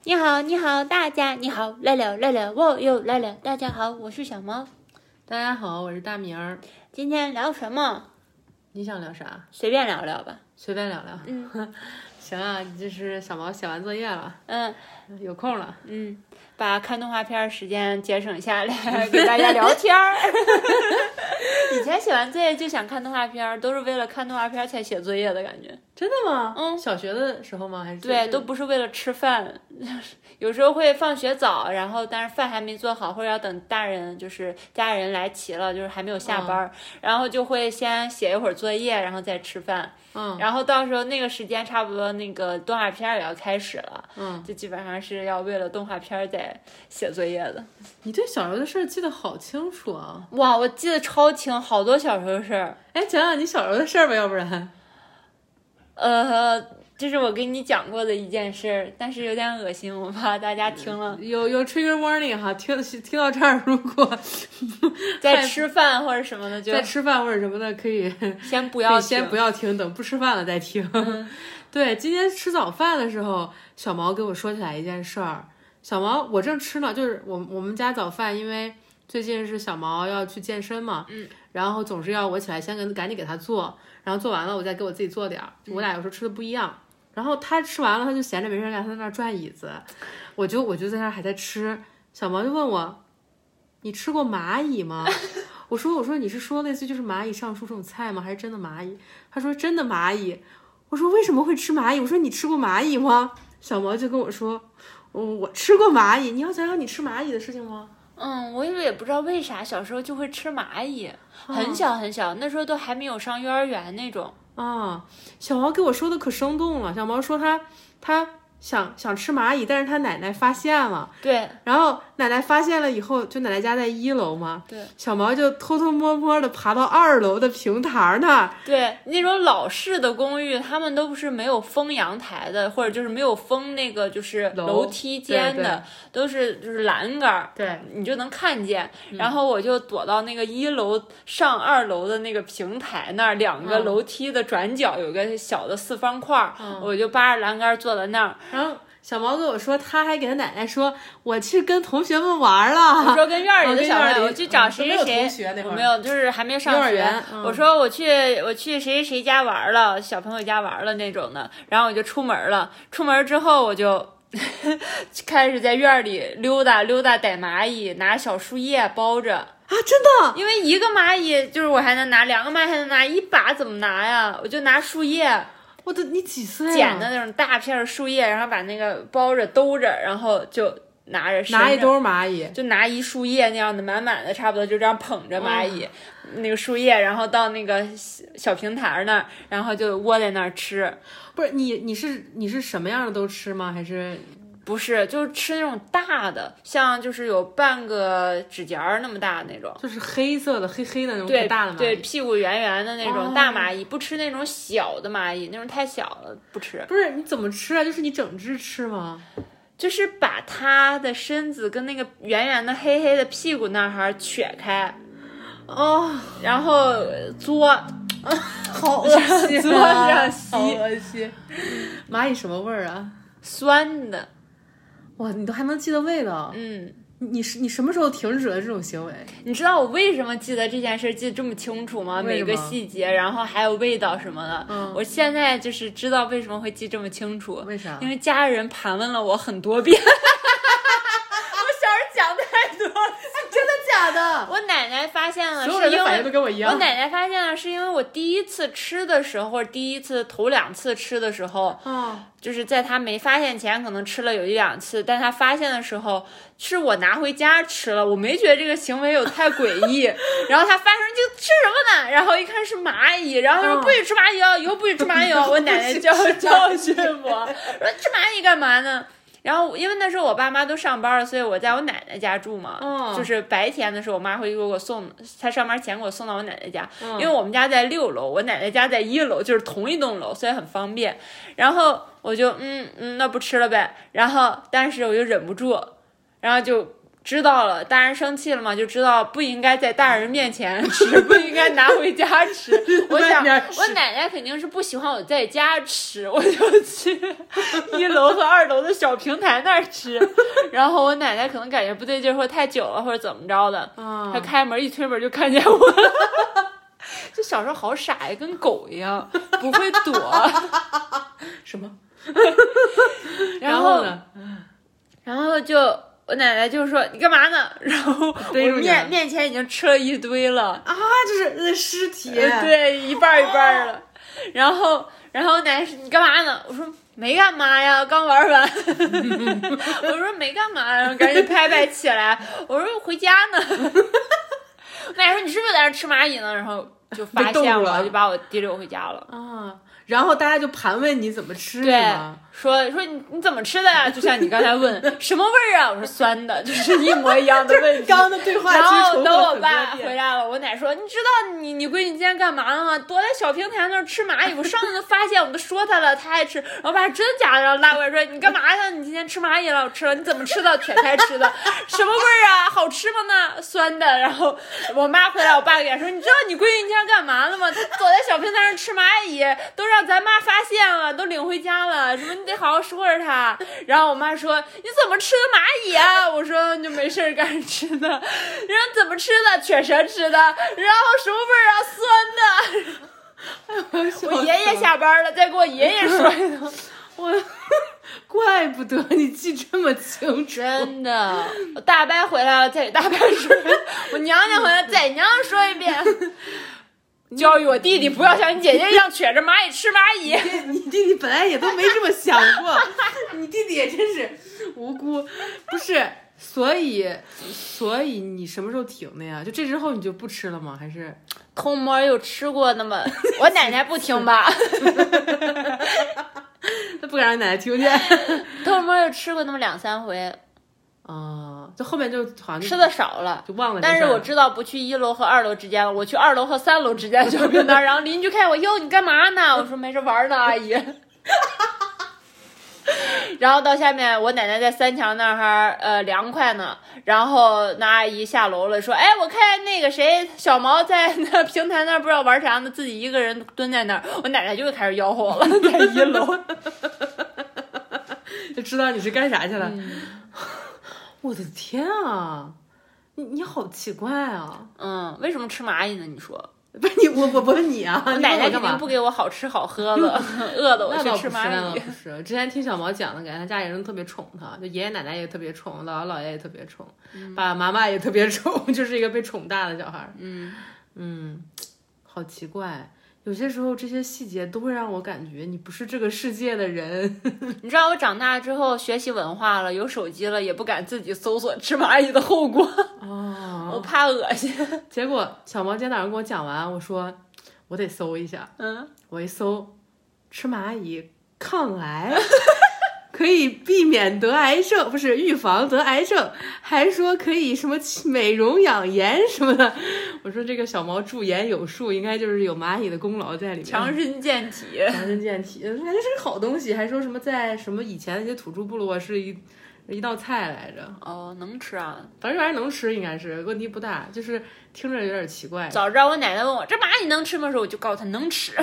你好，你好，大家你好，来了来了，我又来了。大家好，我是小猫。 大家好，我是大明儿。 今天聊什么？ 你想聊啥？ 随便聊聊吧。 随便聊聊。行啊，就是小毛写完作业了，有空了， 把看动画片时间节省下来，给大家聊天儿。以前写完作业就想看动画片，都是为了看动画片才写作业的感觉。 真的吗？小学的时候吗？还是对，都不是为了吃饭。有时候会放学早，然后但是饭还没做好，或者要等大人就是家人来齐了，就是还没有下班，然后就会先写一会儿作业，然后再吃饭。然后到时候那个时间差不多，那个动画片也要开始了。就基本上是要为了动画片在写作业的。 你对小时候的事儿记得好清楚啊！ 哇，我记得超清，好多小时候的事儿。 哎，讲讲你小时候的事儿吧，要不然。 这是我跟你讲过的一件事，但是有点恶心，我怕大家听了有 trigger warning 哈，听到这儿，如果在吃饭或者什么的，就在吃饭或者什么的可以先不要听，等不吃饭了再听。对，今天吃早饭的时候，小毛给我说起来一件事儿。小毛，我正吃呢，就是我们家早饭，因为最近是小毛要去健身嘛，然后总是要我起来先赶紧给他做，然后做完了我再给我自己做点儿，我俩有时候吃的不一样。然后他吃完了，他就闲着没事干，他在那儿转椅子，我就在那儿还在吃。小毛就问我，你吃过蚂蚁吗？我说你是说类似就是蚂蚁上树这种菜吗？还是真的蚂蚁？他说真的蚂蚁。我说为什么会吃蚂蚁？我说你吃过蚂蚁吗？小毛就跟我说，我吃过蚂蚁。你要讲讲你吃蚂蚁的事情吗？ 我也不知道为啥小时候就会吃蚂蚁，很小很小，那时候都还没有上幼儿园那种。 小毛给我说的可生动了。小毛说他想吃蚂蚁，但是他奶奶发现了。 对， 然后奶奶发现了以后，就奶奶家在1楼嘛。 对， 小毛就偷偷摸摸的爬到2楼的平台那儿。 对，那种老式的公寓，他们都是没有封阳台的，或者就是没有封那个就是楼梯间的，都是就是栏杆， 对， 你就能看见。然后我就躲到那个1楼上2楼的那个平台那儿，2个楼梯的转角有个小的4方块，我就扒着栏杆坐在那儿。 然后小毛跟我说，他还给他奶奶说，我去跟同学们玩了。 我说跟院里的小朋友，我去找谁谁谁，我没有，就是还没上学。我说我去谁谁谁家玩了，小朋友家玩了那种的。然后我就出门了，出门之后我就开始在院里溜达逮蚂蚁，拿小树叶包着。 真的？ 因为一个蚂蚁就是我还能拿，2个蚂蚁还能拿，1把怎么拿呀？我就拿树叶。 你几岁啊？ 剪的那种大片树叶，然后把那个包着兜着，然后就拿一兜蚂蚁， 就拿一树叶那样的满满的，差不多就这样捧着蚂蚁，那个树叶，然后到那个小平台那儿，然后就窝在那儿吃。 不是你是什么样的都吃吗？还是？ 不是，就是吃那种大的，像就是有半个指甲那么大那种， 就是黑色的黑的那种可大的蚂蚁， 对，屁股圆圆的那种大蚂蚁，不吃那种小的蚂蚁，那种太小了不吃。 不是你怎么吃啊？就是你整只吃吗？ 就是把它的身子跟那个圆圆的黑黑的屁股那儿取开，然后嘬， 好恶心， 嘬上吸， 好恶心。蚂蚁什么味儿啊？ 酸的。 哇，你都还能记得味道？你什么时候停止了这种行为？ 你知道我为什么记得这件事记得这么清楚吗？每个细节，然后还有味道什么的。我现在就是知道为什么会记这么清楚。 为啥？ 因为家人盘问了我很多遍。我小时候讲太多了。 真的假的？ 我奶奶发现了， 所有人的反应都跟我一样。 我奶奶发现了，是因为我第一次吃的时候，或者头2次吃的时候，就是在她没发现前，可能吃了有1、2次，但她发现的时候，是我拿回家吃了，我没觉得这个行为有太诡异。然后她发现就吃什么呢？然后一看是蚂蚁，然后她说不许吃蚂蚁哦，以后不许吃蚂蚁哦。我奶奶教训我，说吃蚂蚁干嘛呢？然后因为那时候我爸妈都上班了，所以我在我奶奶家住嘛，就是白天的时候我妈会给我送，她上班前给我送到我奶奶家，因为我们家在6楼，我奶奶家在1楼，就是同一栋楼，所以很方便。然后我就那不吃了呗，然后但是我就忍不住，然后就知道了，大人生气了嘛，就知道不应该在大人面前吃，不应该拿回家吃。我想我奶奶肯定是不喜欢我在家吃，我就去1楼和2楼的小平台那儿吃。然后我奶奶可能感觉不对劲，或者太久了，或者怎么着的，她开门一推门就看见我了。就小时候好傻呀，跟狗一样，不会躲。 什么？ 然后呢？ 然后就我奶奶就说你干嘛呢？然后我面前已经吃了一堆了啊，就是尸体， 对，一半一半了。然后我奶奶说你干嘛呢？我说没干嘛呀，刚玩完。我说没干嘛呀，赶紧拍起来。我说回家呢。我奶奶说你是不是在那吃蚂蚁呢？然后就发现我，就把我提溜回家了啊。然后大家就盘问你怎么吃， 对，说你怎么吃的呀？就像你刚才问什么味儿啊？我说酸的，就是一模一样的问题。 刚刚的对话。 然后等我爸回来了，我奶说你知道你闺女今天干嘛了吗？躲在小平台那儿吃蚂蚁，我上次都发现，我都说她了，她还吃。然后我爸真的假的？然后拉过来说你干嘛呀？你今天吃蚂蚁了？我吃了，你怎么吃的？全才吃的，什么味儿啊？好吃吗呢？酸的。然后我妈回来，我爸给她说你知道你闺女今天干嘛了吗？她躲在小平台上吃蚂蚁，都让咱妈发现了，都领回家了，什么你得好好说着她。然后我妈说你怎么吃的蚂蚁啊？我说就没事干吃的。然后怎么吃的？犬舌吃的。然后什么味儿啊？酸的。我爷爷下班了，再给我爷爷说一顿。 我怪不得你记这么清楚， 真的。我大伯回来了，再给大伯说。我娘娘回来再娘娘说一遍。教育我弟弟不要像你姐姐一样犬着蚂蚁吃蚂蚁。 你弟弟本来也都没这么想过，你弟弟也真是无辜。不是，所以你什么时候停的呀？就这之后你就不吃了吗？还是偷摸有吃过那么？我奶奶不听吧？ 他不敢让奶奶听见。 偷摸有吃过那么2-3回。 就后面就好像吃的少了， 就忘了。 但是我知道不去1楼和2楼之间了，我去2楼和3楼之间小平台。然后邻居看我，哟，你干嘛呢？我说没事玩呢，阿姨。然后到下面，我奶奶在3墙那儿凉快呢。然后那阿姨下楼了，说：“哎，我看那个谁小毛在那平台那儿不知道玩啥呢，自己一个人蹲在那儿。”我奶奶就会开始吆喝了，在1楼， 就知道你是干啥去了。我的天啊，你好奇怪啊！ 为什么吃蚂蚁呢？你说不是你，我问你啊！ 我奶奶肯定不给我好吃好喝的，饿的我去吃蚂蚁。 不是，之前听小毛讲的，感觉他家里人特别宠他，就爷爷奶奶也特别宠，姥姥姥爷也特别宠，爸爸妈妈也特别宠，就是一个被宠大的小孩。好奇怪。有些时候这些细节都会让我感觉你不是这个世界的人。 你知道我长大之后学习文化了，有手机了，也不敢自己搜索吃蚂蚁的后果。我怕恶心。结果小毛今天早上跟我讲完，我说我得搜一下。我一搜，吃蚂蚁抗癌。可以避免得癌症，不是预防得癌症，还说可以什么美容养颜什么的。我说这个小毛驻颜有术，应该就是有蚂蚁的功劳在里面。 强身健体， 强身健体，感觉是个好东西。还说什么在什么以前那些土著部落是一道菜来着。 能吃啊， 反正玩意能吃，应该是问题不大，就是听着有点奇怪。 早知道我奶奶问我这蚂蚁能吃吗时候，我就告诉她能吃。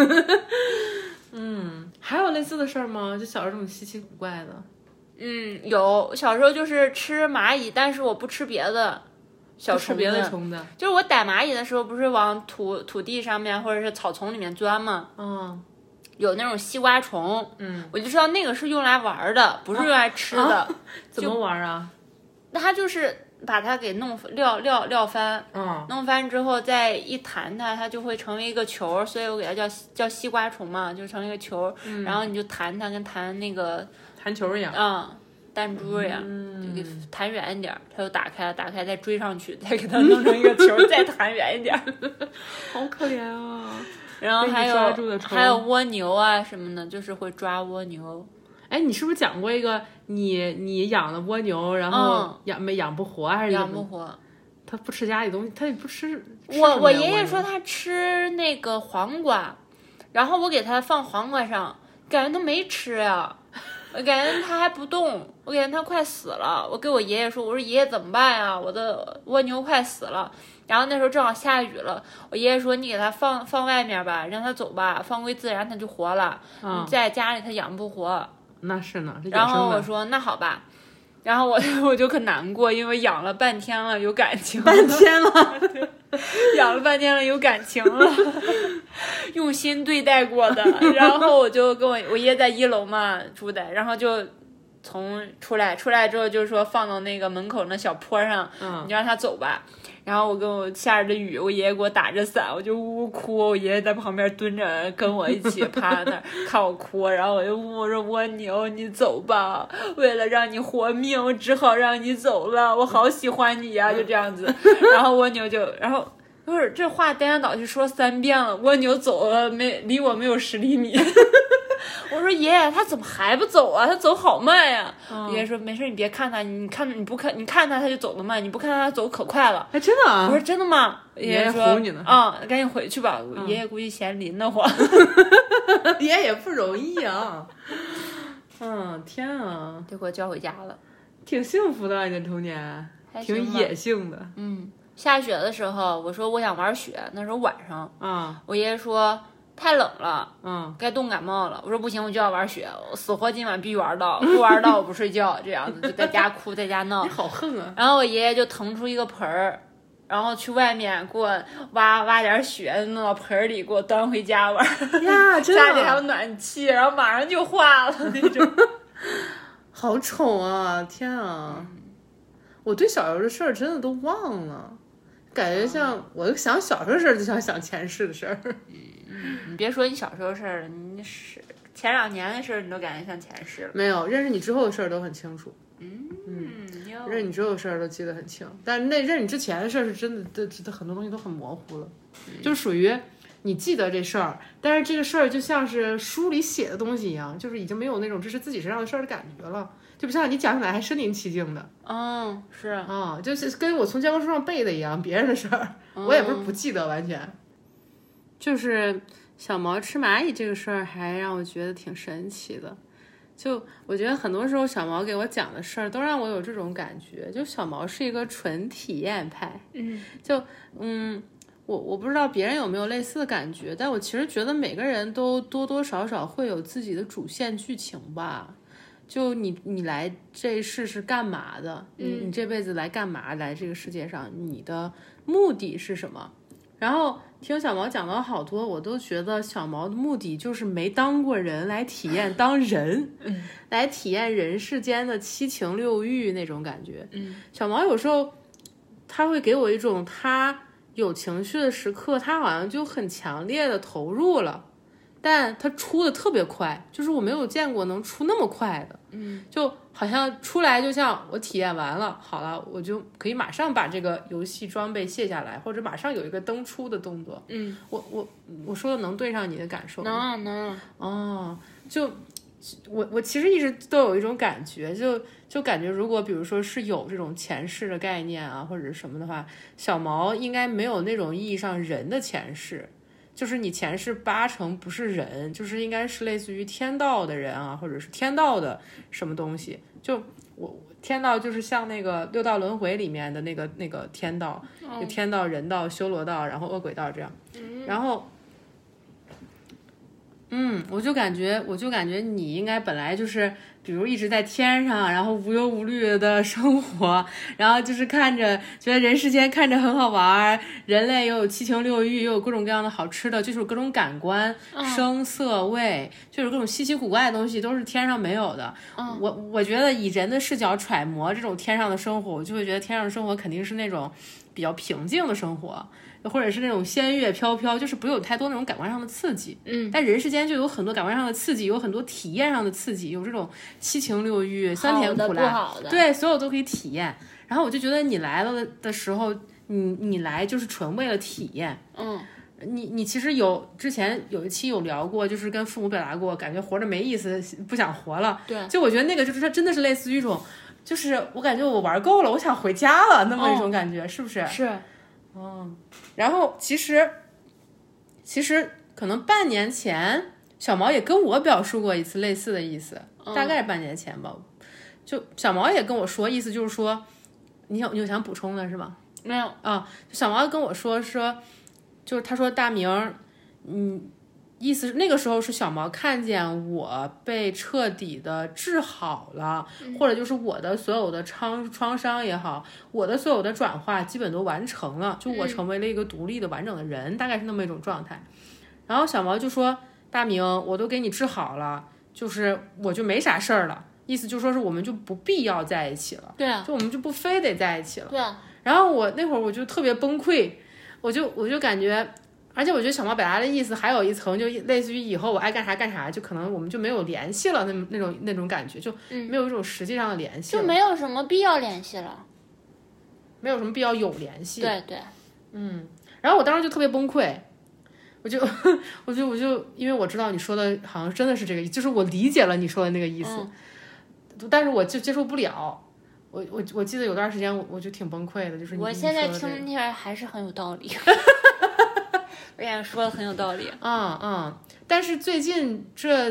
还有类似的事儿吗？就小时候这种稀奇古怪的。 有，小时候就是吃蚂蚁，但是我不吃别的小虫子。 别的虫子， 就是我逮蚂蚁的时候，不是往土地上面或者是草丛里面钻吗？有那种西瓜虫，我就知道那个是用来玩的，不是用来吃的。 怎么玩啊？ 那它就是把它给撂翻，弄翻之后再一弹它，它就会成为一个球，所以我给它叫西瓜虫嘛，就成一个球，然后你就弹它，跟弹那个弹球一样， 弹珠一样，就给弹远一点，它就打开了，打开再追上去，再给它弄成一个球，再弹远一点。 好可怜啊！ 然后还有蜗牛啊什么的，就是会抓蜗牛。 哎，你是不是讲过一个你养的蜗牛，然后养不活还是养不活？ 它不吃家里东西，它也不吃。 我爷爷说它吃那个黄瓜，然后我给它放黄瓜上，感觉它没吃呀。 我感觉他还不动，我感觉他快死了。我给我爷爷说，我说爷爷怎么办呀？我的蜗牛快死了。然后那时候正好下雨了，我爷爷说你给它放外面吧，让它走吧，放归自然它就活了。你在家里它养不活。 那是呢。 然后我说那好吧。然后我就可难过，因为养了半天了，有感情了。 半天了， 养了半天了，有感情了，用心对待过的。然后我就跟我爷爷在1楼嘛住的，然后就从出来之后就说放到那个门口那小坡上，你就让他走吧。然后我跟我下着雨，我爷爷给我打着伞，我就呜呜哭，我爷爷在旁边蹲着跟我一起趴那儿看我哭，然后我就我说蜗牛你走吧，为了让你活命我只好让你走了，我好喜欢你呀，就这样子。然后蜗牛就不是这话颠倒去说3遍了，蜗牛走了离我没有10厘米。我说爷爷他怎么还不走啊，他走好慢呀。爷爷说没事，你别看他，你看他就走得慢，你不看他走可快了。 真的啊？ 我说真的吗？爷爷说哄你呢。 赶紧回去吧。爷爷估计嫌淋得慌。 爷爷也不容易啊。天啊， 就给我叫回家了， 挺幸福的，你的童年挺野性的。 下雪的时候我说我想玩雪，那时候晚上我爷爷说太冷了，该冻感冒了。我说不行，我就要玩雪，我死活今晚必须玩到，不玩到我不睡觉，这样子就在家哭，在家闹。 你好横啊！ 然后我爷爷就腾出一个盆儿，然后去外面给我挖点雪，弄到盆里给我端回家玩。 呀，真的！ 家里还有暖气，然后马上就化了那种。 好宠啊！天啊！我对小时候的事儿真的都忘了，感觉像我想小时候的事儿，就像想前世的事儿。 你别说你小时候的事儿了，你是前2年的事儿，你都感觉像前世了。 没有，认识你之后的事儿都很清楚。认识你之后的事儿都记得很清，但那认识你之前的事儿是真的很多东西都很模糊了，就属于你记得这事儿，但是这个事儿就像是书里写的东西一样，就是已经没有那种这是自己身上的事儿的感觉了，就不像你讲起来还身临其境的。 是啊， 就是跟我从教科书上背的一样，别人的事儿我也不是不记得，完全就是小毛吃蚂蚁这个事儿还让我觉得挺神奇的。就我觉得很多时候小毛给我讲的事儿都让我有这种感觉，就小毛是一个纯体验派。我不知道别人有没有类似的感觉，但我其实觉得每个人都多多少少会有自己的主线剧情吧。就你来这一世是干嘛的？你这辈子来干嘛？来这个世界上，你的目的是什么？然后听小毛讲到好多，我都觉得小毛的目的就是没当过人，来体验当人，来体验人世间的七情六欲那种感觉。小毛有时候他会给我一种，他有情绪的时刻，他好像就很强烈的投入了，但他出的特别快，就是我没有见过能出那么快的。就好像出来就像我体验完了，好了，我就可以马上把这个游戏装备卸下来，或者马上有一个登出的动作。我说的能对上你的感受吗？能。就我其实一直都有一种感觉，就感觉如果比如说是有这种前世的概念啊，或者是什么的话，小毛应该没有那种意义上人的前世。就是你前世80%不是人，就是应该是类似于天道的人啊，或者是天道的什么东西。就我天道就是像那个6道轮回里面的那个天道，就天道、人道、修罗道，然后恶鬼道这样。然后我就感觉你应该本来就是比如一直在天上，然后无忧无虑的生活，然后就是觉得人世间看着很好玩，人类又有七情六欲，又有各种各样的好吃的，就是有各种感官，声色味，就是各种稀奇古怪的东西都是天上没有的。我觉得以人的视角揣摩这种天上的生活，我就会觉得天上的生活肯定是那种比较平静的生活，或者是那种仙乐飘飘，就是不会有太多那种感官上的刺激。但人世间就有很多感官上的刺激，有很多体验上的刺激，有这种七情六欲、酸甜苦辣，对，所有都可以体验。然后我就觉得你来了的时候，你来就是纯为了体验。你其实之前有一期有聊过，就是跟父母表达过，感觉活着没意思，不想活了。 对， 就我觉得那个就是它真的是类似于一种，就是我感觉我玩够了，我想回家了那么一种感觉，是不是？ 是。 然后其实可能半年前小毛也跟我表述过一次类似的意思，大概是半年前吧。就小毛也跟我说，意思就是说，你有想补充的是吗？ 没有啊，小毛跟我说，就是他说大明，意思是那个时候是小毛看见我被彻底的治好了，或者就是我的所有的创伤也好，我的所有的转化基本都完成了，就我成为了一个独立的完整的人，大概是那么一种状态。然后小毛就说，大明，我都给你治好了，就是我就没啥事儿了，意思就说是我们就不必要在一起了， 对啊， 就我们就不非得在一起了， 对啊。 然后我那会儿我就特别崩溃，我就感觉，而且我觉得小毛表达的意思还有一层，就类似于以后我爱干啥干啥，就可能我们就没有联系了，那种感觉，就没有一种实际上的联系了， 就没有什么必要联系了， 没有什么必要有联系。 对对， 然后我当时就特别崩溃，我就因为我知道你说的好像真的是这个，就是我理解了你说的那个意思，但是我就接受不了。我记得有段时间我就挺崩溃的，就是我现在听起来还是很有道理，我想说的很有道理。 但是最近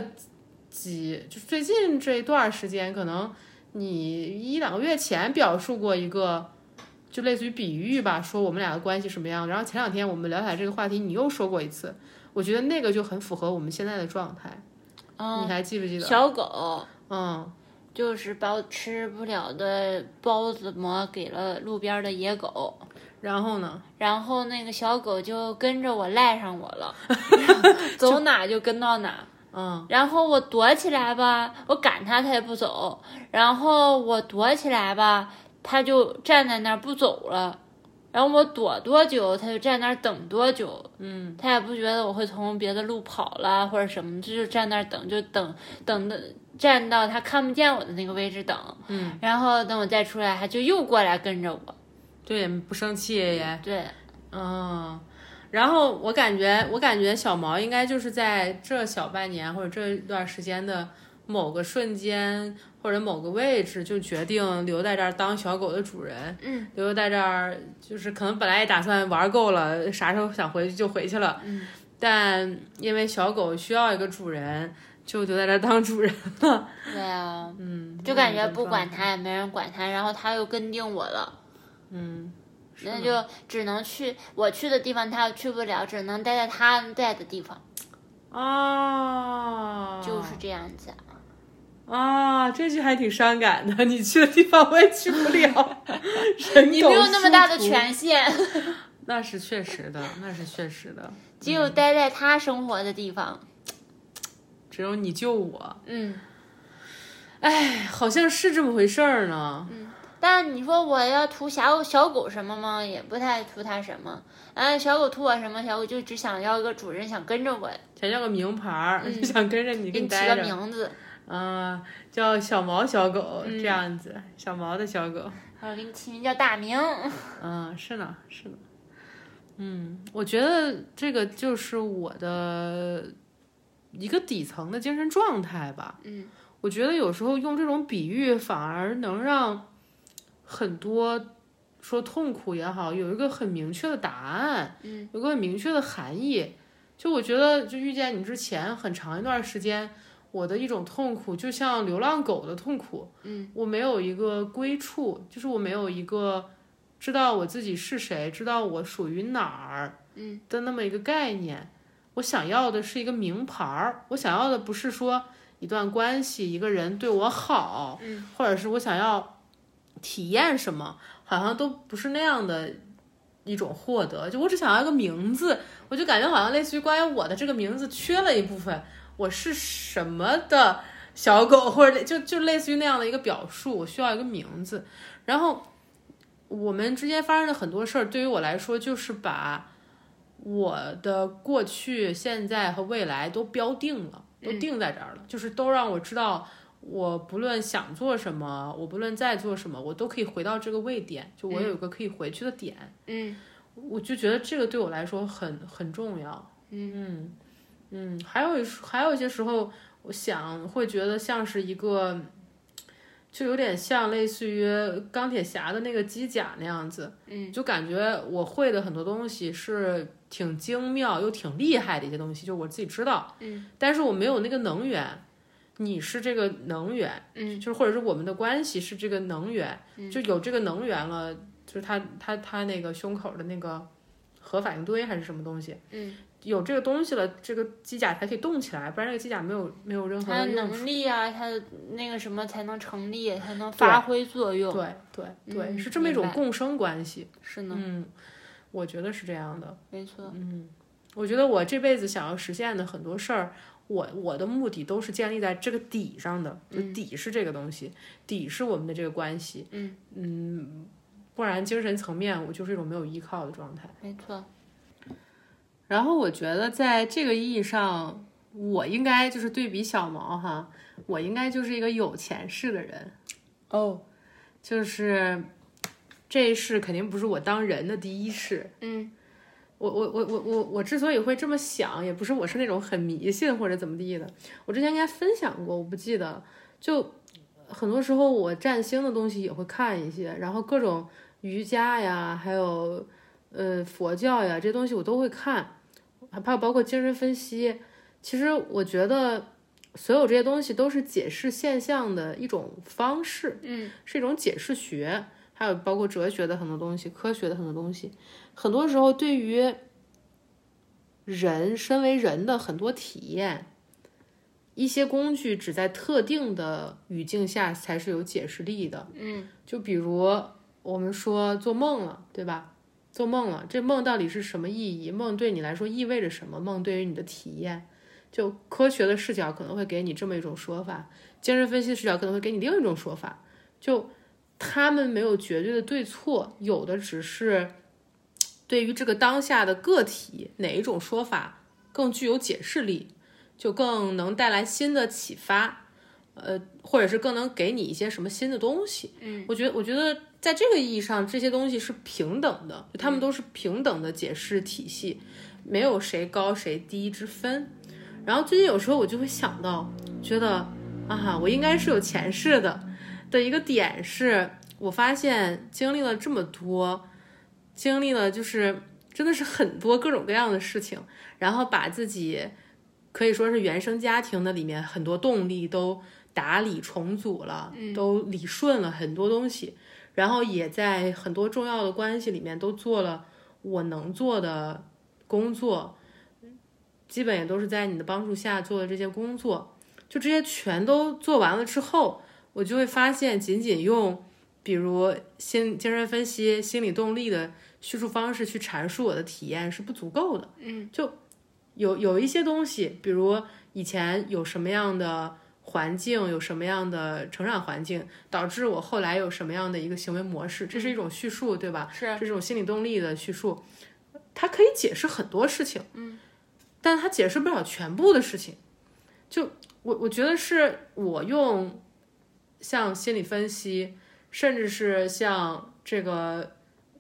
最近这一段时间，可能你1-2个月前表述过一个，就类似于比喻吧，说我们俩的关系什么样。然后前2天我们聊起来这个话题，你又说过一次，我觉得那个就很符合我们现在的状态。你还记不记得？ 小狗，就是把我吃不了的包子馍给了路边的野狗， 然后呢？ 然后那个小狗就跟着我赖上我了，走哪就跟到哪。然后我躲起来吧，我赶它也不走，然后我躲起来吧，它就站在那儿不走了，然后我躲多久它就站那儿等多久。它也不觉得我会从别的路跑了或者什么，就站那儿等，就等的站到它看不见我的那个位置等。然后等我再出来，它就又过来跟着我。 对，不生气也对。 然后我感觉小毛应该就是在这小半年或者这段时间的某个瞬间或者某个位置，就决定留在这儿当小狗的主人。留在这儿就是可能本来也打算玩够了，啥时候想回去就回去了。但因为小狗需要一个主人，就留在这儿当主人了。 对啊，就感觉不管它也没人管它，然后它又跟定我了。那就只能去我去的地方，它去不了，只能待在它在的地方。就是这样子。 这句还挺伤感的。你去的地方我也去不了， 你没有那么大的权限。 那是确实的， 只有待在他生活的地方， 只有你救我。好像是这么回事儿呢。 但你说我要图小狗什么吗？也不太图它什么。小狗图我什么？小狗就只想要一个主人，想跟着我， 想要个名牌，就想跟着你，给你待着。 起个名字。 叫小毛小狗，这样子，小毛的小狗。 我给你起名叫大明。 是呢。我觉得这个就是我的一个底层的精神状态吧。我觉得有时候用这种比喻反而能让很多说痛苦也好，有一个很明确的答案，有个很明确的含义。就我觉得，就遇见你之前很长一段时间，我的一种痛苦就像流浪狗的痛苦。我没有一个归处，就是我没有一个知道我自己是谁，知道我属于哪儿的那么一个概念。我想要的是一个名牌，我想要的不是说一段关系，一个人对我好，或者是我想要体验什么，好像都不是那样的一种获得。就我只想要一个名字，我就感觉好像类似于关于我的这个名字缺了一部分，我是什么的小狗，或者就类似于那样的一个表述，我需要一个名字。然后我们之间发生的很多事儿，对于我来说就是把我的过去、现在和未来都标定了，都定在这儿了，就是都让我知道，我不论想做什么，我不论在做什么，我都可以回到这个位点，就我有一个可以回去的点。我就觉得这个对我来说很重要。还有一些时候，我想会觉得像是一个就有点像类似于钢铁侠的那个机甲那样子，就感觉我会的很多东西是挺精妙又挺厉害的一些东西，就我自己知道，但是我没有那个能源，你是这个能源，就是或者是我们的关系是这个能源，就有这个能源了，就是他那个胸口的那个核反应堆还是什么东西，有这个东西了，这个机甲才可以动起来，不然这个机甲没有任何的能力啊，它的那个什么才能成立，才能发挥作用。 对，是这么一种共生关系。 是呢， 我觉得是这样的。 没错。 我觉得我这辈子想要实现的很多事儿，我的目的都是建立在这个底上的，就底是这个东西，底是我们的这个关系。不然精神层面我就是一种没有依靠的状态。 没错。 然后我觉得在这个意义上，我应该就是对比小毛哈，我应该就是一个有前世的人就是这一世肯定不是我当人的第一世。我之所以会这么想，也不是我是那种很迷信或者怎么地的。我之前应该分享过，我不记得。就很多时候我占星的东西也会看一些，然后各种瑜伽呀，还有佛教呀，这些东西我都会看。还有包括精神分析，其实我觉得所有这些东西都是解释现象的一种方式，是一种解释学，还有包括哲学的很多东西，科学的很多东西，很多时候对于人身为人的很多体验，一些工具只在特定的语境下才是有解释力的。就比如我们说做梦了，对吧？做梦了，这梦到底是什么意义？梦对你来说意味着什么？梦对于你的体验，就科学的视角可能会给你这么一种说法，精神分析的视角可能会给你另一种说法。就他们没有绝对的对错，有的只是对于这个当下的个体哪一种说法更具有解释力，就更能带来新的启发，或者是更能给你一些什么新的东西。我觉得在这个意义上，这些东西是平等的，他们都是平等的解释体系，没有谁高谁低之分。然后最近有时候我就会想到，觉得我应该是有前世的一个点是，我发现经历了这么多，经历了就是真的是很多各种各样的事情，然后把自己可以说是原生家庭的里面很多动力都打理重组了，都理顺了很多东西，然后也在很多重要的关系里面都做了我能做的工作，基本也都是在你的帮助下做的这些工作。就这些全都做完了之後，我就会发现仅仅用比如精神分析、心理动力的叙述方式去阐述我的体验是不足够的。就有一些东西，比如以前有什么样的环境，有什么样的成长环境，导致我后来有什么样的一个行为模式，这是一种叙述，对吧？ 是， 这种心理动力的叙述，它可以解释很多事情，但它解释不了全部的事情。就我觉得是我用像心理分析，甚至是像这个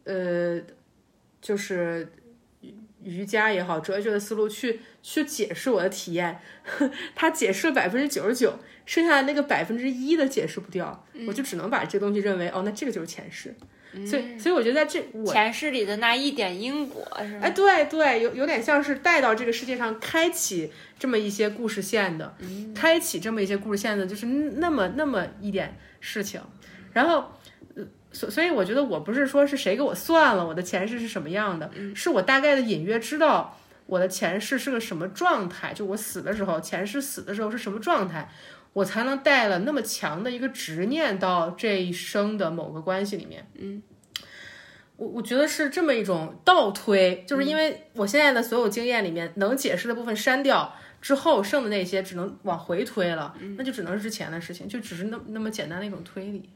就是瑜伽也好，哲学的思路去解释我的体验，它解释了99%，剩下的那个1%的解释不掉，我就只能把这东西认为那这个就是前世。所以我觉得在前世里的那一点因果是吗？ 对，有点像是带到这个世界上，开启这么一些故事线的，就是那么一点事情。然后所以我觉得我不是说是谁给我算了我的前世是什么样的，是我大概的隐约知道我的前世是个什么状态，就我死的时候，前世死的时候是什么状态，我才能带了那么强的一个执念到这一生的某个关系里面。我觉得是这么一种倒推，就是因为我现在的所有经验里面能解释的部分删掉之后，剩的那些只能往回推了，那就只能是之前的事情，就只是那么简单的一种推理。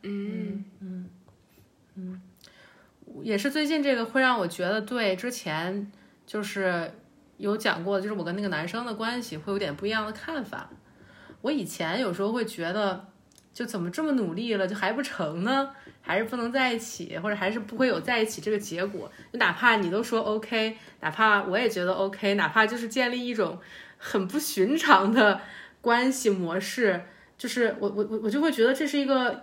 也是最近这个会让我觉得对之前就是有讲过，就是我跟那个男生的关系会有点不一样的看法。我以前有时候会觉得，就怎么这么努力了，就还不成呢？还是不能在一起，或者还是不会有在一起这个结果。就哪怕你都说 OK， 哪怕我也觉得 OK， 哪怕就是建立一种很不寻常的关系模式，就是我就会觉得这是一个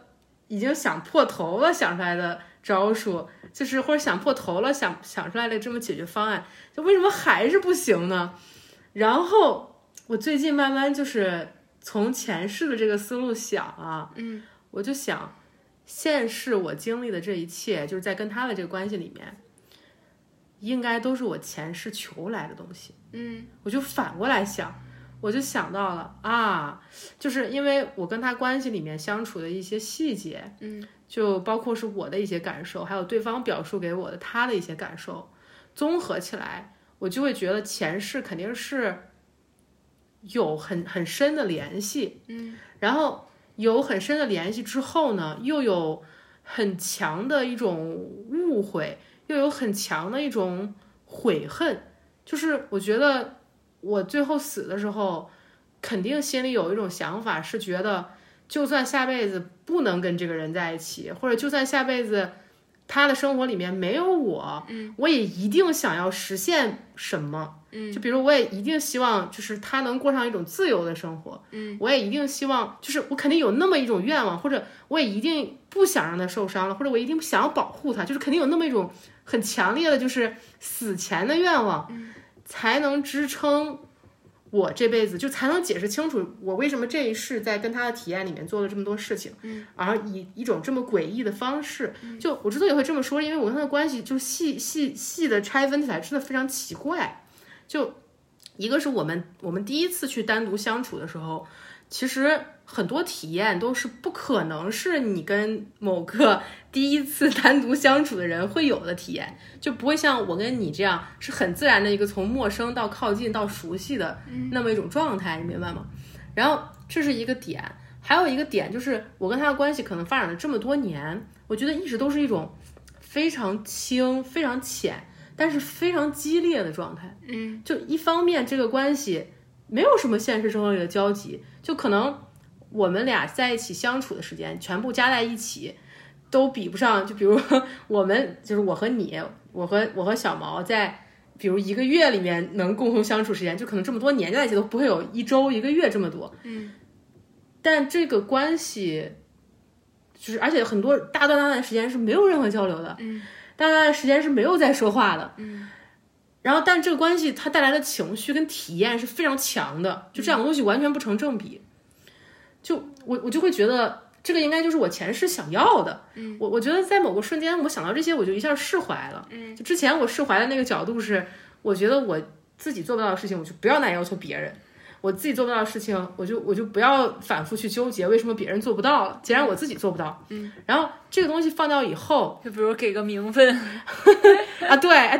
已经想破头了想出来的招数，就是或者想破头了想出来的这么解决方案，就为什么还是不行呢？然后我最近慢慢就是从前世的这个思路想啊，我就想现世我经历的这一切，就是在跟他的这个关系里面，应该都是我前世求来的东西。我就反过来想，我就想到了啊，就是因为我跟他关系里面相处的一些细节，就包括是我的一些感受，还有对方表述给我的他的一些感受，综合起来，我就会觉得前世肯定是有很深的联系，然后有很深的联系之后呢，又有很强的一种误会，又有很强的一种悔恨，就是我觉得我最后死的时候，肯定心里有一种想法，是觉得就算下辈子不能跟这个人在一起，或者就算下辈子他的生活里面没有我，我也一定想要实现什么。就比如我也一定希望就是他能过上一种自由的生活，我也一定希望就是我肯定有那么一种愿望，或者我也一定不想让他受伤了，或者我一定想要保护他，就是肯定有那么一种很强烈的就是死前的愿望，才能支撑我这辈子，就才能解释清楚我为什么这一世在跟他的体验里面做了这么多事情，而以一种这么诡异的方式。就我之所以会这么说，因为我跟他的关系就细的拆分起来真的非常奇怪。就一个是我们第一次去单独相处的时候，其实很多体验都是不可能是你跟某个第一次单独相处的人会有的体验，就不会像我跟你这样是很自然的一个从陌生到靠近到熟悉的那么一种状态，你明白吗？然后这是一个点，还有一个点就是我跟他的关系可能发展了这么多年，我觉得一直都是一种非常轻非常浅但是非常激烈的状态。就一方面这个关系没有什么现实生活里的交集，就可能我们俩在一起相处的时间全部加在一起都比不上，就比如我们就是我和你，我和小毛在比如1个月里面能共同相处时间，就可能这么多年在一起都不会有1周1个月这么多。但这个关系就是而且很多大段的时间是没有任何交流的，大段的时间是没有在说话的，然后但这个关系它带来的情绪跟体验是非常强的，就这两个东西完全不成正比。就我就会觉得这个应该就是我前世想要的。我觉得在某个瞬间我想到这些我就一下释怀了。就之前我释怀的那个角度是我觉得我自己做不到的事情我就不要来要求别人，我自己做不到的事情我就不要反复去纠结为什么别人做不到了，既然我自己做不到。然后这个东西放掉以后， 就比如给个名分啊，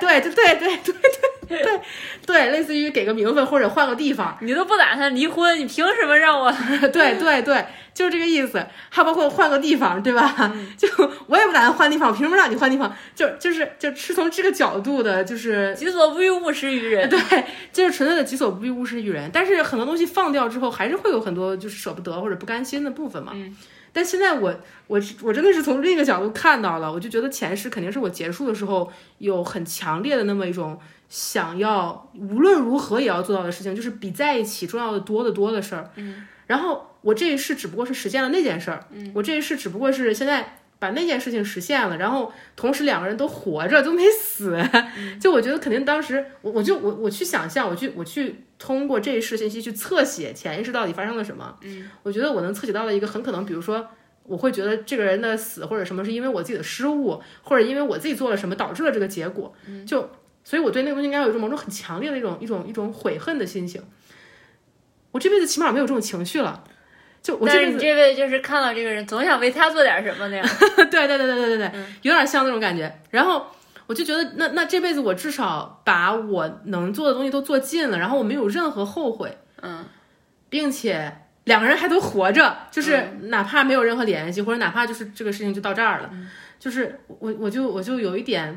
对，类似于给个名分或者换个地方。 你都不打算离婚，你凭什么让我对，就是这个意思。还包括换个地方，对吧？就我也不打算换地方，凭什么让你换地方？就是从这个角度的，就是己所不欲勿施于人。 对，就是纯粹的己所不欲勿施于人。但是很多东西放掉之后，还是会有很多就是舍不得或者不甘心的部分嘛。但现在我真的是从另一个角度看到了，我就觉得前世肯定是我结束的时候有很强烈的那么一种想要无论如何也要做到的事情，就是比在一起重要的多的事儿。然后我这一世只不过是实现了那件事儿，我这一世只不过是现在把那件事情实现了，然后同时两个人都活着都没死。就我觉得肯定当时我去想象，我去通过这一世信息去侧写前一世到底发生了什么。我觉得我能侧写到的一个很可能，比如说我会觉得这个人的死或者什么是因为我自己的失误，或者因为我自己做了什么导致了这个结果。所以我对那个东西应该有一种某种很强烈的一种悔恨的心情。我这辈子起码没有这种情绪了。就我但是你这辈子就是看到这个人总想为他做点什么那样。 对，有点像那种感觉。然后我就觉得那这辈子我至少把我能做的东西都做尽了，然后我没有任何后悔。并且两个人还都活着，就是哪怕没有任何联系，或者哪怕就是这个事情就到这儿了，就是我就有一点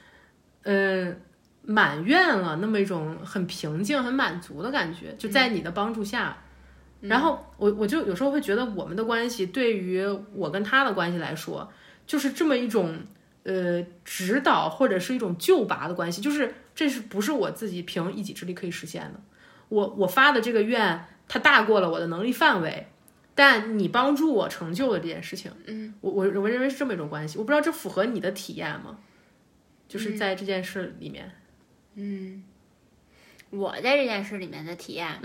满愿了，那么一种很平静很满足的感觉，就在你的帮助下。然后我就有时候会觉得我们的关系对于我跟他的关系来说就是这么一种指导或者是一种救拔的关系，就是这是不是我自己凭一己之力可以实现的。我发的这个愿它大过了我的能力范围， 但你帮助我成就了这件事情。我认为是这么一种关系，我不知道这符合你的体验吗？就是在这件事里面。 我在这件事里面的体验，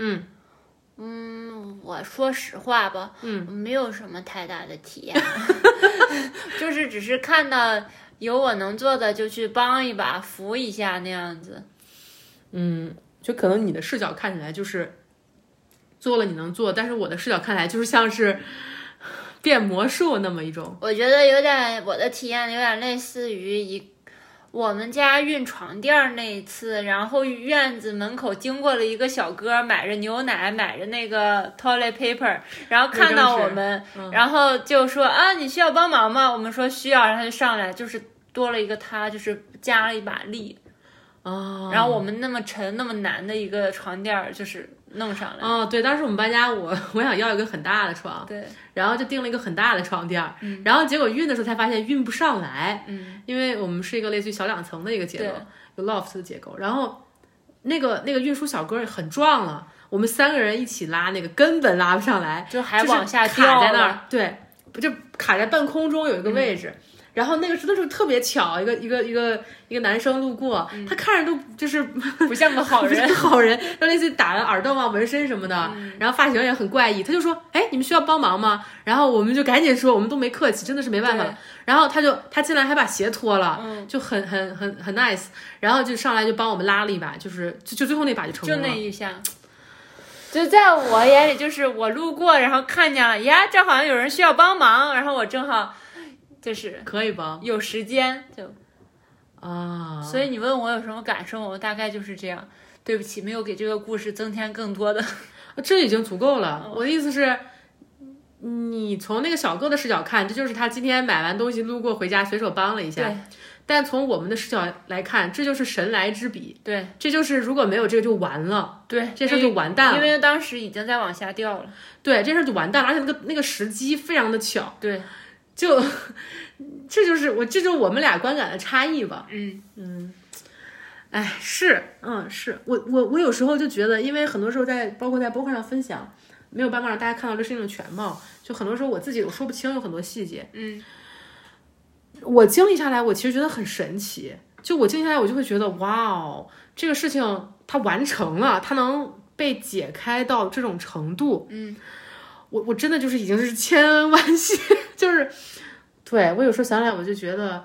我说实话吧，没有什么太大的体验，就是只是看到有我能做的就去帮一把，扶一下那样子。 就可能你的视角看起来就是做了你能做，但是我的视角看来就是像是变魔术那么一种。 我觉得有点，我的体验有点类似于我们家运床垫那一次，然后院子门口经过了一个小哥，买着牛奶，买着那个 toilet paper， 然后看到我们，然后就说啊，你需要帮忙吗？我们说需要，然后他就上来，就是多了一个他，就是加了一把力。然后我们那么沉那么难的一个床垫就是弄上来。 对，当时我们搬家，我想要一个很大的床， 对， 然后就订了一个很大的床垫，然后结果运的时候才发现运不上来，因为我们是一个类似于小2层的一个结构，有 loft 的结构，然后那个运输小哥很壮了，我们3个人一起拉那个根本拉不上来， 就还往下掉，卡在那儿，对，就卡在半空中有一个位置。然后那个真的是特别巧，一个男生路过，他看着都就是不像个好人， 就类似于打了耳洞啊、纹身什么的，然后发型也很怪异。他就说：“哎，你们需要帮忙吗？”然后我们就赶紧说，我们都没客气，真的是没办法。然后他进来还把鞋脱了，就很 nice， 然后就上来就帮我们拉了一把，就最后那把就成功了， 就那一下。就在我眼里，就是我路过，然后看见了，呀，这好像有人需要帮忙，然后我正好。就是可以帮， 有时间就所以你问我有什么感受，我大概就是这样。对不起，没有给这个故事增添更多的， 这已经足够了。我的意思是，你从那个小哥的视角看，这就是他今天买完东西路过回家随手帮了一下。但从我们的视角来看，这就是神来之笔。 对， 这就是如果没有这个就完了。 对， 这事儿就完蛋了。 因为当时已经在往下掉了。 对，这事儿就完蛋了，而且那个时机非常的巧。 对。 这就是我们俩观感的差异吧。哎，是我有时候就觉得，因为很多时候包括在播客上分享，没有办法让大家看到这事情的全貌，就很多时候我自己我说不清，有很多细节。我经历下来，我其实觉得很神奇。就我经历下来，我就会觉得，哇哦，这个事情它完成了，它能被解开到这种程度。我真的就是已经是千恩万谢，就是对我有时候想起来，我就觉得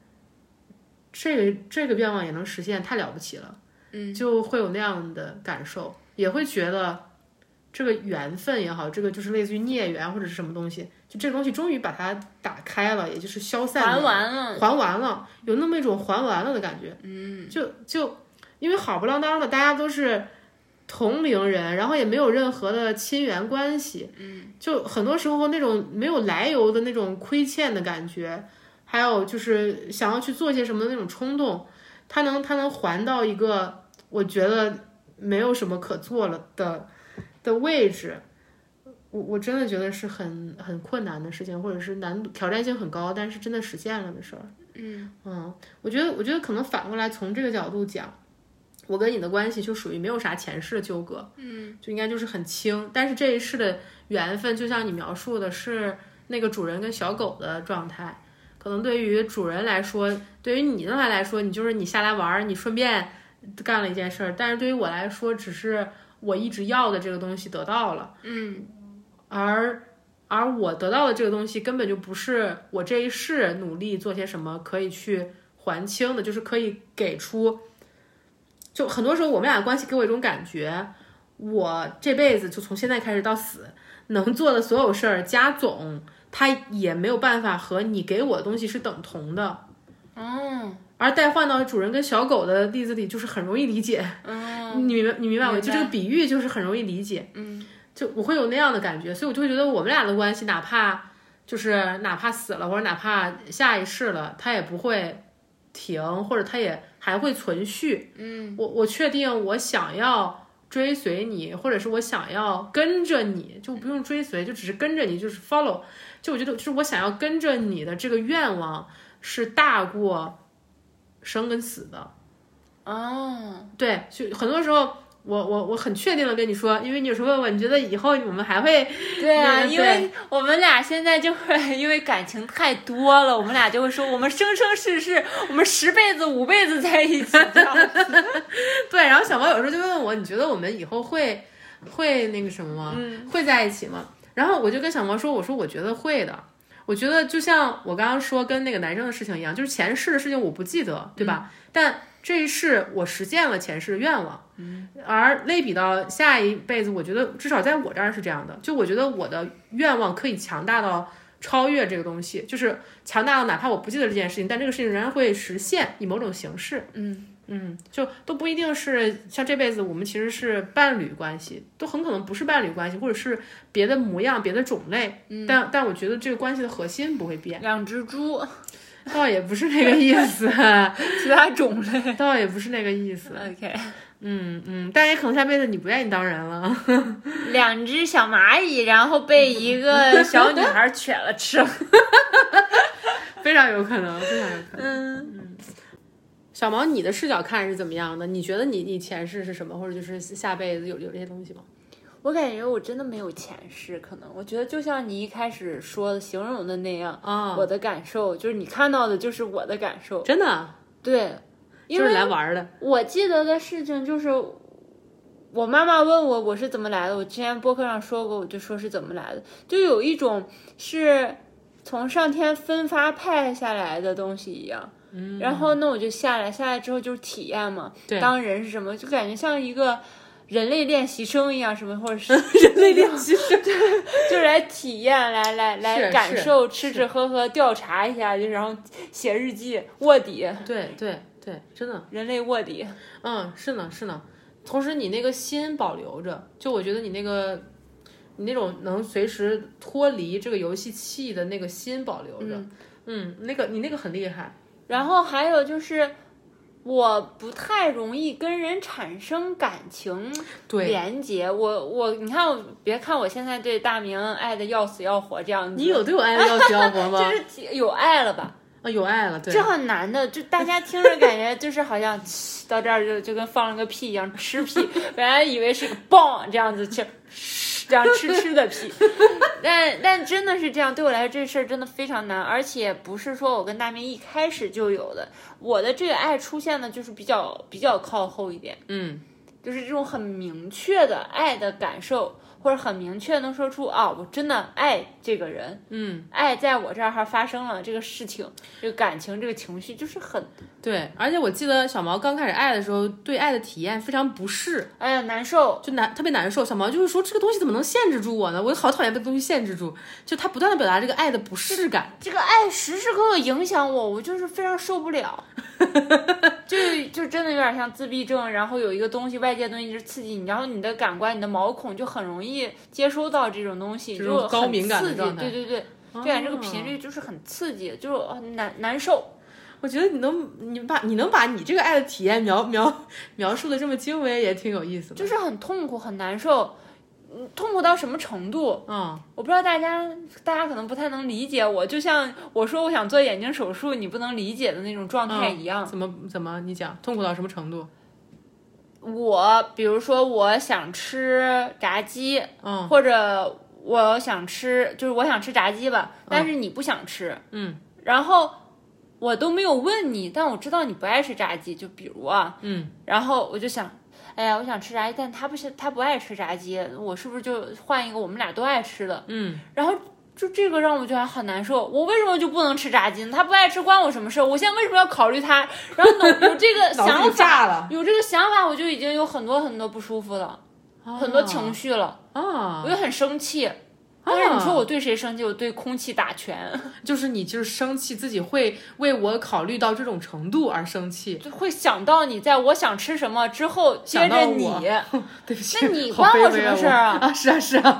这个愿望也能实现，太了不起了。就会有那样的感受，也会觉得这个缘分也好，这个就是类似于孽缘或者是什么东西，就这个东西终于把它打开了，也就是消散了，还完了，有那么一种还完了的感觉。就因为好不啷当的，大家都是同龄人，然后也没有任何的亲缘关系，就很多时候那种没有来由的那种亏欠的感觉，还有就是想要去做些什么的那种冲动，他能还到一个我觉得没有什么可做了的位置，我真的觉得是很困难的事情，或者是挑战性很高，但是真的实现了的事儿。我觉得可能反过来从这个角度讲，我跟你的关系就属于没有啥前世的纠葛，就应该就是很轻。但是这一世的缘分，就像你描述的是那个主人跟小狗的状态，可能对于主人来说，对于你的来说，你就是你下来玩，你顺便干了一件事儿。但是对于我来说，只是我一直要的这个东西得到了，而我得到的这个东西根本就不是我这一世努力做些什么可以去还清的，就是可以给出。就很多时候我们俩的关系给我一种感觉，我这辈子就从现在开始到死能做的所有事儿加总，它也没有办法和你给我的东西是等同的。而代换到主人跟小狗的例子里，就是很容易理解。你明白我？就这个比喻就是很容易理解。就我会有那样的感觉，所以我就会觉得我们俩的关系，哪怕死了，或者哪怕下一世了，它也不会停，或者它也还会存续。我确定我想要追随你，或者是我想要跟着你，就不用追随，就只是跟着你，就是 follow。就我觉得就是我想要跟着你的这个愿望是大过生跟死的。对，就很多时候我很确定的跟你说，因为你有时候问我，你觉得以后我们还会？ 对啊， 对因为我们俩现在就会因为感情太多了，我们俩就会说我们生生世世，我们10辈子5辈子在一起这样子。 对，然后小毛有时候就问我，你觉得我们以后会那个什么吗？会在一起吗？然后我就跟小毛说，我说我觉得会的。我觉得就像我刚刚说跟那个男生的事情一样，就是前世的事情我不记得，对吧？但这一世我实现了前世的愿望，而类比到下一辈子，我觉得至少在我这儿是这样的，就我觉得我的愿望可以强大到超越这个东西，就是强大到哪怕我不记得这件事情，但这个事情仍然会实现，以某种形式。就都不一定是像这辈子我们其实是伴侣关系，都很可能不是伴侣关系，或者是别的模样、别的种类。但我觉得这个关系的核心不会变。 两只猪， 倒也不是那个意思， 其他种类倒也不是那个意思。 OK， 但也可能下辈子你不愿意当人了。 2只小蚂蚁，然后被一个小女孩犬了吃了， 非常有可能，非常有可能。小毛，你的视角看是怎么样的？你觉得你前世是什么，或者就是下辈子有这些东西吗？ 我感觉我真的没有前世，可能我觉得就像你一开始说的形容的那样，我的感受就是你看到的就是我的感受， 真的？ 对，因为就是来玩的。 我记得的事情就是，我妈妈问我是怎么来的，我之前播客上说过，我就说是怎么来的，就有一种是从上天分发派下来的东西一样。然后呢，我就下来之后就是体验嘛，当人是什么，就感觉像一个人类练习生一样，什么或者是人类练习生， 就是来体验，来感受，吃吃喝喝，调查一下，就然后写日记，卧底。 对，真的， 人类卧底。 是呢。同时，你那个心保留着，就我觉得你那种能随时脱离这个游戏器的那个心保留着，你那个很厉害。 然后还有就是，我不太容易跟人产生感情连接。你看别看我现在对大明爱的要死要活这样子， 你有对我爱的要死要活吗？ 就是有爱了吧？ 有爱了，对。 这很难的，就大家听着感觉就是好像到这儿就跟放了个屁一样，吃屁，本来以为是个棒这样子吃。这样吃的屁，但真的是这样，对我来说这事儿真的非常难，而且不是说我跟大明一开始就有的，我的这个爱出现的就是比较靠后一点，就是这种很明确的爱的感受，或者很明确能说出我真的爱这个人，爱在我这儿还发生了这个事情，这个感情，这个情绪就是很对。而且我记得小毛刚开始爱的时候，对爱的体验非常不适， 哎呀难受， 就特别难受。小毛就会说这个东西怎么能限制住我呢？我好讨厌被东西限制住，就他不断的表达这个爱的不适感， 这个爱时时刻刻影响我就是非常受不了。就真的有点像自闭症，然后有一个东西，外界东西一直刺激你，然后你的感官、你的毛孔就很容易接收到这种东西， 这种高敏感的状态。 对，这个频率就是很刺激，就是难受。 我觉得你能把你这个爱的体验描述的这么精微，也挺有意思的。 就是很痛苦，很难受。痛苦到什么程度？我不知道大家可能不太能理解我，就像我说我想做眼睛手术，你不能理解的那种状态一样。 怎么？你讲痛苦到什么程度？ 比如说我想吃炸鸡，或者我想吃炸鸡吧，但是你不想吃，然后我都没有问你，但我知道你不爱吃炸鸡，就比如然后我就想。哎呀，我想吃炸鸡，但他不爱吃炸鸡，我是不是就换一个我们俩都爱吃的？然后就这个让我觉得很难受。我为什么就不能吃炸鸡呢？他不爱吃关我什么事？我现在为什么要考虑他？然后有这个想法，有这个想法，我就已经有很多很多不舒服了，很多情绪了我就很生气。但是你说我对谁生气？我对空气打拳。 就是你就是生气，自己会为我考虑到这种程度而生气， 就会想到你在我想吃什么之后接着你。 对不起， 那你关我什么事啊？ 是啊。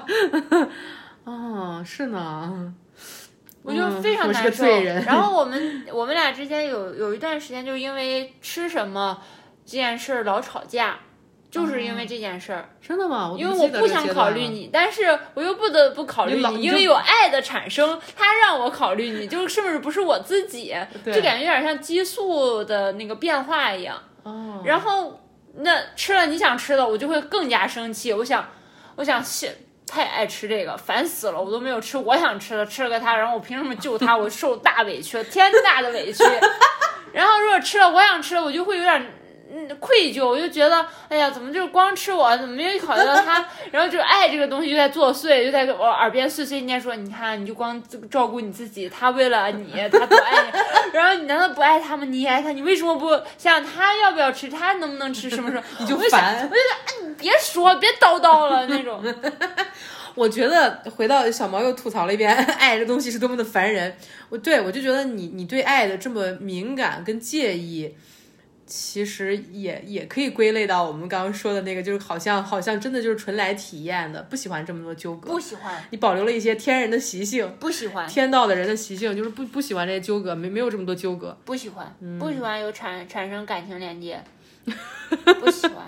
是呢。 我就非常难受。 我是个罪人。 然后我们俩之间有一段时间，就因为吃什么这件事老吵架。就是因为这件事儿。 真的吗？ 因为我不想考虑你，但是我又不得不考虑你，因为有爱的产生，他让我考虑你，就是不是不是我自己，就感觉有点像激素的那个变化一样。然后那吃了你想吃的，我就会更加生气。我想太爱吃这个，烦死了，我都没有吃我想吃的，吃了个他，然后我凭什么救他？我受大委屈，天大的委屈。然后如果吃了我想吃的，我就会有点愧疚，我就觉得哎呀，怎么就是光吃我，怎么没有考虑到他？然后就是爱这个东西就在作祟，就在我耳边碎碎念说，你看你就光照顾你自己，他为了你他多爱你，然后你难道不爱他吗？你爱他，你为什么不想他要不要吃，他能不能吃，什么时候你就烦， 我就你别说别叨叨了那种。 我觉得回到小毛又吐槽了一遍爱这东西是多么的烦人。我就觉得你对爱的这么敏感跟介意，其实也可以归类到我们刚刚说的那个，就是好像真的就是纯来体验的，不喜欢这么多纠葛， 不喜欢， 你保留了一些天人的习性， 不喜欢天道的人的习性，就是不喜欢这些纠葛，没有这么多纠葛， 不喜欢，不喜欢有产生感情连接，不喜欢。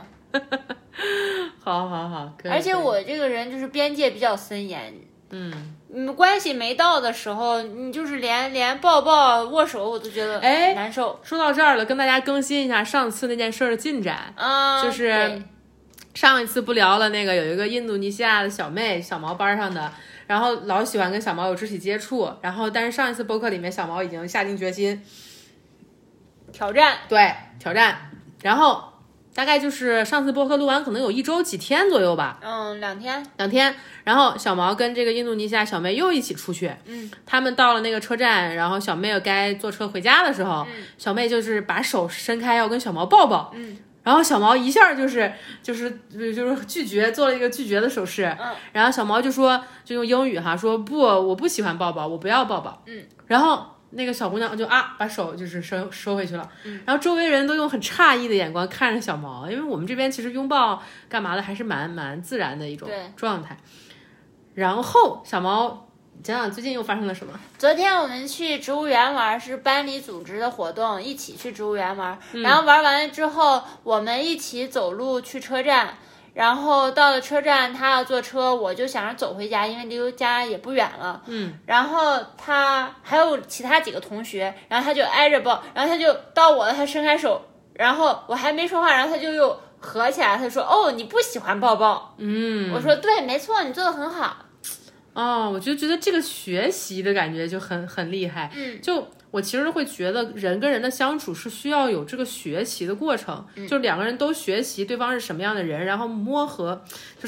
好， 而且我这个人就是边界比较森严，关系没到的时候，你就是连抱抱握手我都觉得难受。 说到这儿了，跟大家更新一下上次那件事的进展，就是上一次不聊了那个有一个印度尼西亚的小妹，小毛班上的，然后老喜欢跟小毛有肢体接触，然后但是上一次播客里面小毛已经下定决心挑战，然后大概就是上次播客录完可能有1周几天左右吧 ，2 天，然后小毛跟这个印度尼西亚小妹又一起出去，他们到了那个车站，然后小妹又该坐车回家的时候，小妹就是把手伸开要跟小毛抱抱，然后小毛一下就是拒绝，做了一个拒绝的手势，然后小毛就用英语说不，我不喜欢抱抱，我不要抱抱，然后那个小姑娘就把手就是收回去了，然后周围人都用很诧异的眼光看着小毛，因为我们这边其实拥抱干嘛的还是蛮自然的一种状态。然后小毛讲讲最近又发生了什么？ 昨天我们去植物园玩，是班里组织的活动，一起去植物园玩，然后玩完了之后我们一起走路去车站，然后到了车站他要坐车，我就想着走回家，因为离家也不远了，然后他还有其他几个同学，然后他就挨着抱，然后他就到我了，他伸开手，然后我还没说话，然后他就又合起来，他说你不喜欢抱抱，我说对，没错，你做的很好。 我就觉得这个学习的感觉就很厉害，就我其实会觉得人跟人的相处是需要有这个学习的过程，就两个人都学习对方是什么样的人，然后磨合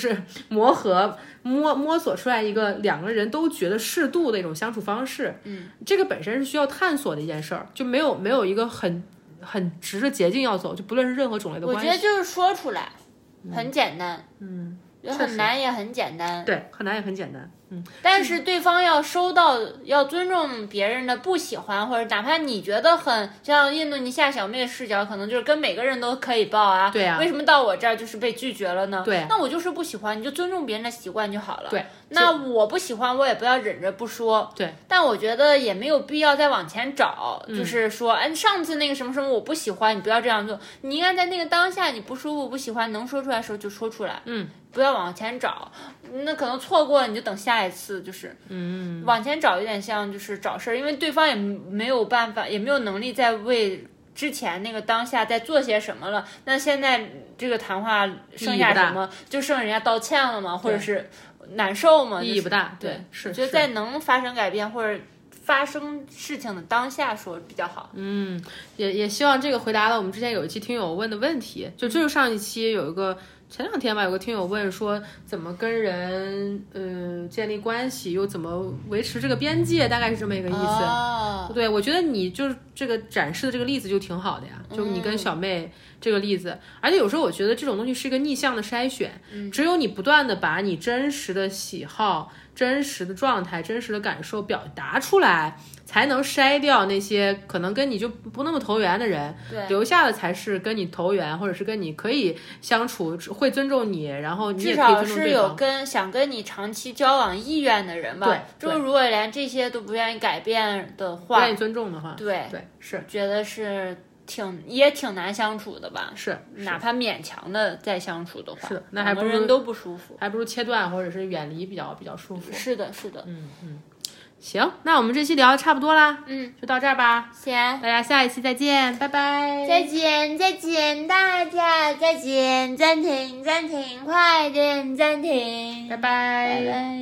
摸索出来一个两个人都觉得适度的一种相处方式，这个本身是需要探索的一件事儿，就没有一个很直的捷径要走，就不论是任何种类的关系， 我觉得就是说出来很简单，很难也很简单， 对，很难也很简单。 但是对方要要尊重别人的不喜欢，或者哪怕你觉得很像印度尼西亚小妹的视角，可能就是跟每个人都可以抱啊。 对啊。 为什么到我这儿就是被拒绝了呢？ 对。 那我就是不喜欢，你就尊重别人的习惯就好了。 对。 那我不喜欢，我也不要忍着不说。 对。 但我觉得也没有必要再往前找，就是说，上次那个什么什么我不喜欢，你不要这样做。你应该在那个当下，你不舒服、不喜欢，能说出来的时候就说出来。不要往前找，那可能错过了你就等下一次，就是往前找有点像就是找事儿，因为对方也没有办法，也没有能力再为之前那个当下在做些什么了。那现在这个谈话剩下什么？就剩人家道歉了吗？或者是难受吗？ 意义不大。 对， 是。 觉得在能发生改变或者发生事情的当下说比较好。 也希望这个回答了我们之前有一期听友问的问题，就是上一期有一个。前2天吧，有个听友问说怎么跟人建立关系，又怎么维持这个边界，大概是这么一个意思。对，我觉得你就是这个展示的这个例子就挺好的呀，就你跟小妹这个例子，而且有时候我觉得这种东西是一个逆向的筛选，只有你不断的把你真实的喜好、真实的状态、真实的感受表达出来，才能筛掉那些可能跟你就不那么投缘的人，留下的才是跟你投缘或者是跟你可以相处、会尊重你，然后你也可以尊重对方。 至少是有想跟你长期交往意愿的人吧。 对， 就如果连这些都不愿意改变的话， 不愿意尊重的话， 对， 是觉得是也挺难相处的吧？ 是， 哪怕勉强的再相处的话， 是的，那还不如人都不舒服， 还不如切断或者是远离比较舒服。 是的， 行，那我们这期聊的差不多啦，就到这儿吧。 行， 大家下一期再见，拜拜。 再见，大家再见，暂停，快点暂停， 拜拜。 拜拜。